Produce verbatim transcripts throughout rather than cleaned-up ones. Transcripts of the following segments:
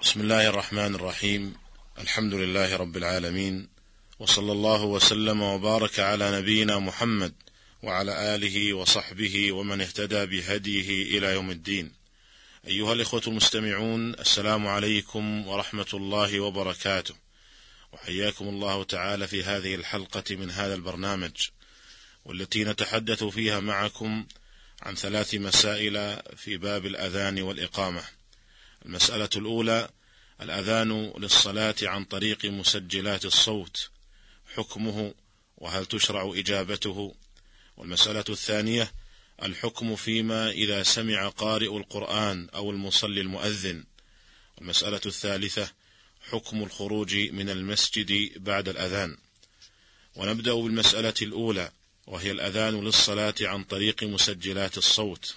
بسم الله الرحمن الرحيم. الحمد لله رب العالمين، وصلى الله وسلم وبارك على نبينا محمد وعلى آله وصحبه ومن اهتدى بهديه إلى يوم الدين. أيها الإخوة المستمعون، السلام عليكم ورحمة الله وبركاته، وحياكم الله تعالى في هذه الحلقة من هذا البرنامج، والتي نتحدث فيها معكم عن ثلاث مسائل في باب الأذان والإقامة. المسألة الأولى: الأذان للصلاة عن طريق مسجلات الصوت، حكمه وهل تشرع إجابته؟ والمسألة الثانية: الحكم فيما إذا سمع قارئ القرآن أو المصلي المؤذن. والمسألة الثالثة: حكم الخروج من المسجد بعد الأذان. ونبدأ بالمسألة الأولى، وهي الأذان للصلاة عن طريق مسجلات الصوت.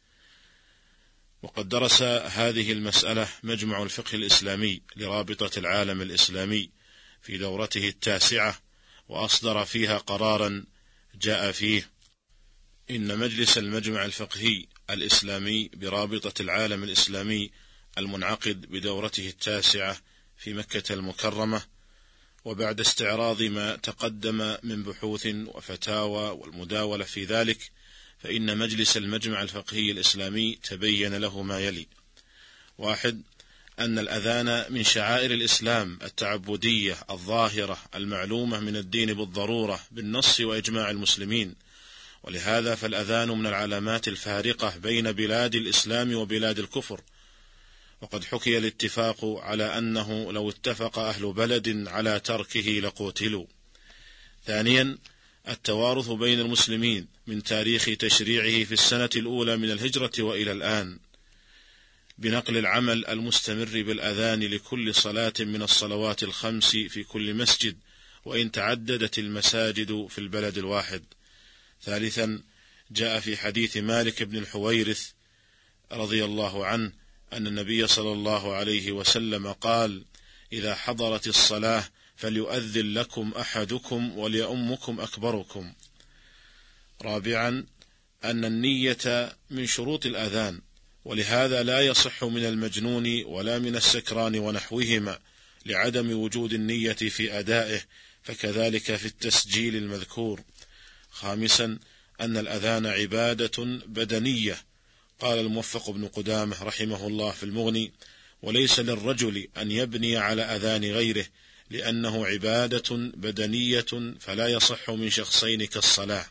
وقد درس هذه المسألة مجمع الفقه الإسلامي لرابطة العالم الإسلامي في دورته التاسعة، وأصدر فيها قرارا جاء فيه: إن مجلس المجمع الفقهي الإسلامي برابطة العالم الإسلامي المنعقد بدورته التاسعة في مكة المكرمة، وبعد استعراض ما تقدم من بحوث وفتاوى والمداولة في ذلك، فإن مجلس المجمع الفقهي الإسلامي تبين له ما يلي: واحد، أن الأذان من شعائر الإسلام التعبدية الظاهرة المعلومة من الدين بالضرورة بالنص وإجماع المسلمين، ولهذا فالأذان من العلامات الفارقة بين بلاد الإسلام وبلاد الكفر، وقد حكي الاتفاق على أنه لو اتفق أهل بلد على تركه لقوتلوا. ثانيا، التوارث بين المسلمين من تاريخ تشريعه في السنة الأولى من الهجرة وإلى الآن، بنقل العمل المستمر بالأذان لكل صلاة من الصلوات الخمس في كل مسجد، وإن تعددت المساجد في البلد الواحد. ثالثا، جاء في حديث مالك بن الحويرث رضي الله عنه أن النبي صلى الله عليه وسلم قال: إذا حضرت الصلاة فليؤذن لكم أحدكم وليؤمكم أكبركم. رابعا، أن النية من شروط الأذان، ولهذا لا يصح من المجنون ولا من السكران ونحوهما لعدم وجود النية في أدائه، فكذلك في التسجيل المذكور. خامسا، أن الأذان عبادة بدنية، قال الموفق بن قدامة رحمه الله في المغني: وليس للرجل أن يبني على أذان غيره، لأنه عبادة بدنية فلا يصح من شخصين كالصلاة.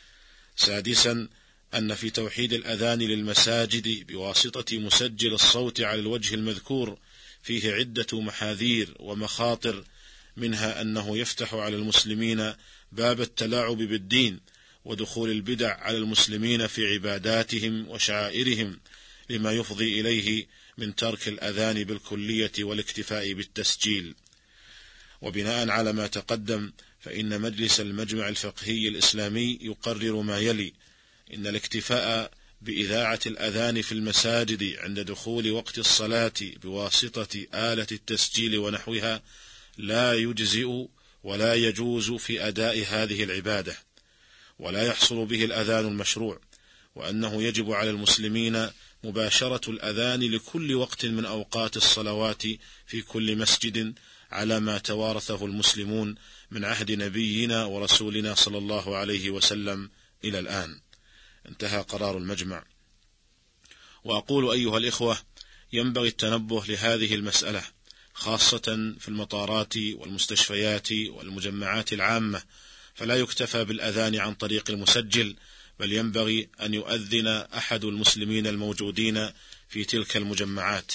سادسا، أن في توحيد الأذان للمساجد بواسطة مسجل الصوت على الوجه المذكور فيه عدة محاذير ومخاطر، منها أنه يفتح على المسلمين باب التلاعب بالدين ودخول البدع على المسلمين في عباداتهم وشعائرهم، لما يفضي إليه من ترك الأذان بالكلية والاكتفاء بالتسجيل. وبناء على ما تقدم، فإن مجلس المجمع الفقهي الإسلامي يقرر ما يلي: إن الاكتفاء بإذاعة الأذان في المساجد عند دخول وقت الصلاة بواسطة آلة التسجيل ونحوها لا يجزئ ولا يجوز في أداء هذه العبادة، ولا يحصل به الأذان المشروع، وأنه يجب على المسلمين مباشرة الأذان لكل وقت من أوقات الصلوات في كل مسجد، على ما توارثه المسلمون من عهد نبينا ورسولنا صلى الله عليه وسلم إلى الآن. انتهى قرار المجمع. وأقول أيها الإخوة، ينبغي التنبه لهذه المسألة، خاصة في المطارات والمستشفيات والمجمعات العامة، فلا يكتفى بالأذان عن طريق المسجل، بل ينبغي أن يؤذن أحد المسلمين الموجودين في تلك المجمعات.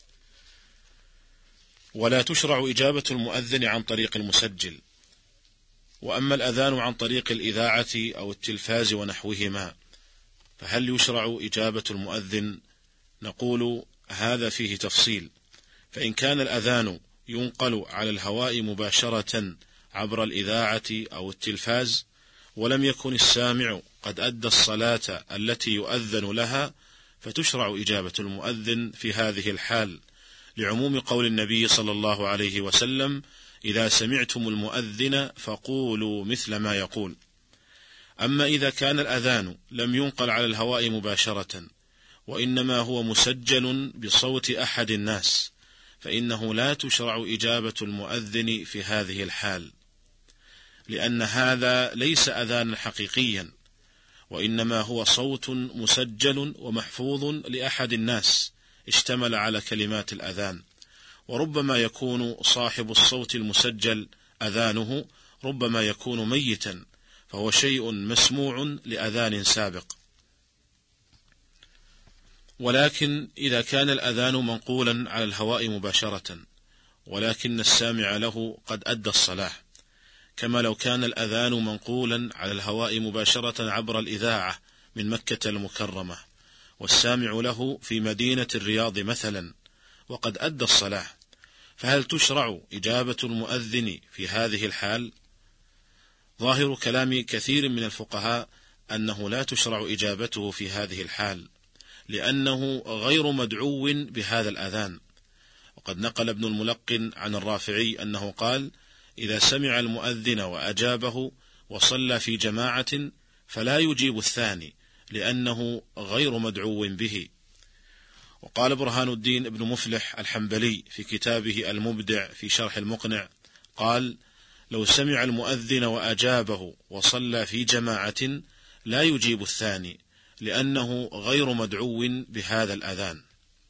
ولا تشرع إجابة المؤذن عن طريق المسجل. وأما الأذان عن طريق الإذاعة أو التلفاز ونحوهما، فهل يشرع إجابة المؤذن؟ نقول هذا فيه تفصيل. فإن كان الأذان ينقل على الهواء مباشرة عبر الإذاعة أو التلفاز، ولم يكن السامع قد أدى الصلاة التي يؤذن لها، فتشرع إجابة المؤذن في هذه الحال، لعموم قول النبي صلى الله عليه وسلم: إذا سمعتم المؤذن فقولوا مثل ما يقول. أما إذا كان الأذان لم ينقل على الهواء مباشرة، وإنما هو مسجل بصوت أحد الناس، فإنه لا تشرع إجابة المؤذن في هذه الحال، لأن هذا ليس أذانا حقيقيا، وإنما هو صوت مسجل ومحفوظ لأحد الناس اشتمل على كلمات الأذان، وربما يكون صاحب الصوت المسجل أذانه ربما يكون ميتا، فهو شيء مسموع لأذان سابق. ولكن إذا كان الأذان منقولا على الهواء مباشرة ولكن السامع له قد أدى الصلاة، كما لو كان الأذان منقولا على الهواء مباشرة عبر الإذاعة من مكة المكرمة والسامع له في مدينة الرياض مثلا وقد أدى الصلاة، فهل تشرع إجابة المؤذن في هذه الحال؟ ظاهر كلام كثير من الفقهاء أنه لا تشرع إجابته في هذه الحال، لأنه غير مدعو بهذا الأذان. وقد نقل ابن الملقن عن الرافعي أنه قال: إذا سمع المؤذن وأجابه وصلى في جماعة فلا يجيب الثاني، لأنه غير مدعو به. وقال برهان الدين ابن مفلح الحنبلي في كتابه المبدع في شرح المقنع قال: لو سمع المؤذن وأجابه وصلى في جماعة لا يجيب الثاني، لأنه غير مدعو بهذا الأذان.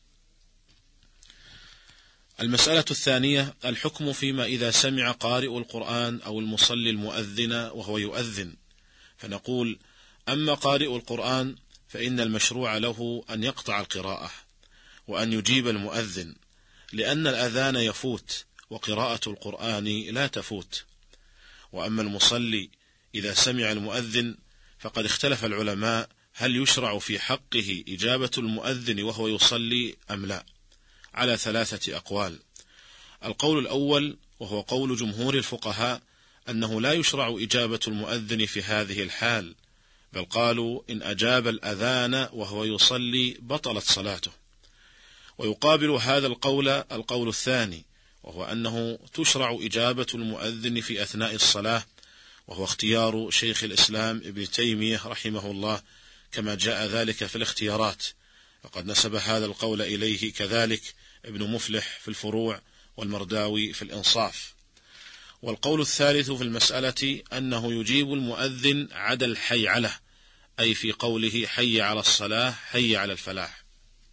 المسألة الثانية: الحكم فيما إذا سمع قارئ القرآن أو المصلي المؤذن وهو يؤذن. فنقول: أما قارئ القرآن فإن المشروع له أن يقطع القراءة وأن يجيب المؤذن، لأن الأذان يفوت وقراءة القرآن لا تفوت. وأما المصلي إذا سمع المؤذن فقد اختلف العلماء هل يشرع في حقه إجابة المؤذن وهو يصلي أم لا، على ثلاثة أقوال. القول الأول وهو قول جمهور الفقهاء أنه لا يشرع إجابة المؤذن في هذه الحال، بل قالوا إن أجاب الأذان وهو يصلي بطلت صلاته. ويقابل هذا القول القول الثاني، وهو أنه تشرع إجابة المؤذن في أثناء الصلاة، وهو اختيار شيخ الإسلام ابن تيمية رحمه الله كما جاء ذلك في الاختيارات، وقد نسب هذا القول إليه كذلك ابن مفلح في الفروع والمرداوي في الإنصاف. والقول الثالث في المسألة أنه يجيب المؤذن عدا الحيعلة، أي في قوله حي على الصلاة حي على الفلاح.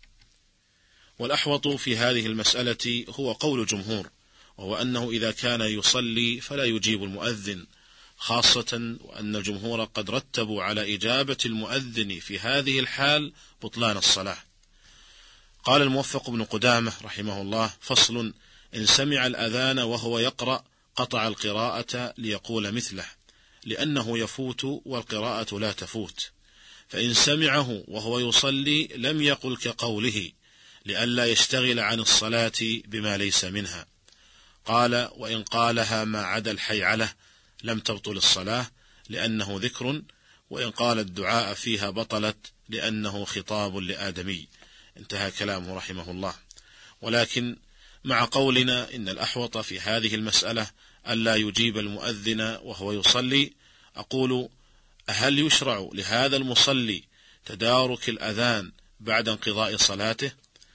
والأحوط في هذه المسألة هو قول جمهور، وهو أنه إذا كان يصلي فلا يجيب المؤذن، خاصة وأن الجمهور قد رتبوا على إجابة المؤذن في هذه الحال بطلان الصلاة. قال الموفق بن قدامة رحمه الله: فصل: إن سمع الأذان وهو يقرأ قطع القراءة ليقول مثله، لأنه يفوت والقراءة لا تفوت. فإن سمعه وهو يصلي لم يقل كقوله، لئلا يشتغل عن الصلاة بما ليس منها. قال: وإن قالها ما عدا الحيعلة لم تبطل الصلاة، لأنه ذكر، وإن قال الدعاء فيها بطلت، لأنه خطاب لآدمي. انتهى كلامه رحمه الله. ولكن مع قولنا إن الأحوط في هذه المسألة ألا يجيب المؤذن وهو يصلي، أقول: هل يشرع لهذا المصلي تدارك الأذان بعد انقضاء صلاته؟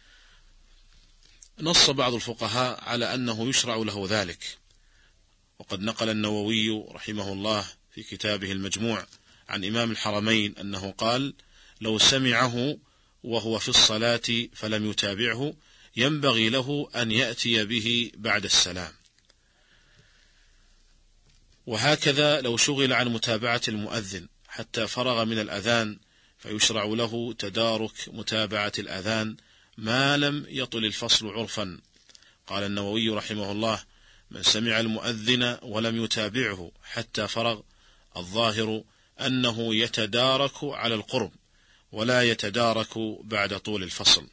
نص بعض الفقهاء على أنه يشرع له ذلك، وقد نقل النووي رحمه الله في كتابه المجموع عن إمام الحرمين أنه قال: لو سمعه وهو في الصلاة فلم يتابعه ينبغي له أن يأتي به بعد السلام. وهكذا لو شغل عن متابعة المؤذن حتى فرغ من الأذان فيشرع له تدارك متابعة الأذان ما لم يطل الفصل عرفا. قال النووي رحمه الله: من سمع المؤذن ولم يتابعه حتى فرغ، الظاهر أنه يتدارك على القرب ولا يتدارك بعد طول الفصل.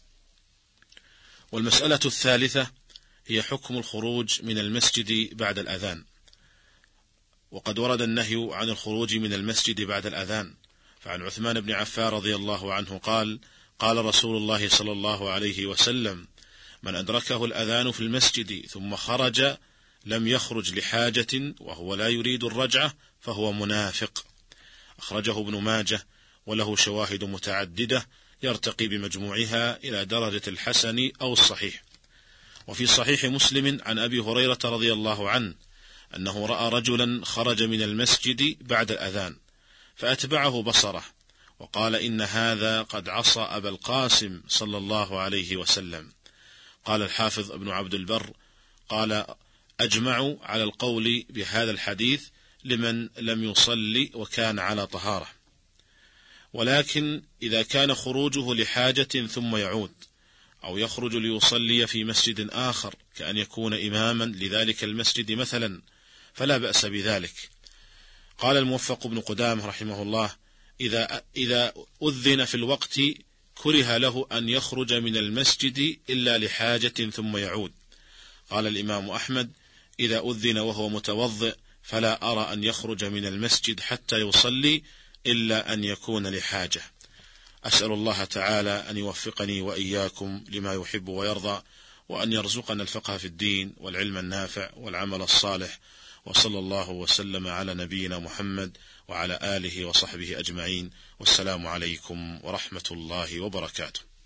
والمسألة الثالثة هي حكم الخروج من المسجد بعد الأذان. وقد ورد النهي عن الخروج من المسجد بعد الأذان، فعن عثمان بن عفان رضي الله عنه قال: قال رسول الله صلى الله عليه وسلم: من أدركه الأذان في المسجد ثم خرج لم يخرج لحاجة وهو لا يريد الرجعة فهو منافق. أخرجه ابن ماجه وله شواهد متعددة يرتقي بمجموعها إلى درجة الحسن أو الصحيح. وفي صحيح مسلم عن أبي هريرة رضي الله عنه أنه رأى رجلا خرج من المسجد بعد الأذان فأتبعه بصره وقال إن هذا قد عصى أبا القاسم صلى الله عليه وسلم. قال الحافظ ابن عبد البر قال أجمعوا على القول بهذا الحديث لمن لم يصلي وكان على طهارة، ولكن إذا كان خروجه لحاجة ثم يعود أو يخرج ليصلي في مسجد آخر كأن يكون إماما لذلك المسجد مثلا فلا بأس بذلك. قال الموفق بن قدامة رحمه الله إذا, إذا أذن في الوقت كره له أن يخرج من المسجد إلا لحاجة ثم يعود. قال الإمام أحمد إذا أذن وهو متوضئ فلا أرى أن يخرج من المسجد حتى يصلي إلا أن يكون لحاجة. أسأل الله تعالى أن يوفقني وإياكم لما يحب ويرضى، وأن يرزقنا الفقه في الدين والعلم النافع والعمل الصالح، وصلى الله وسلم على نبينا محمد وعلى آله وصحبه أجمعين، والسلام عليكم ورحمة الله وبركاته.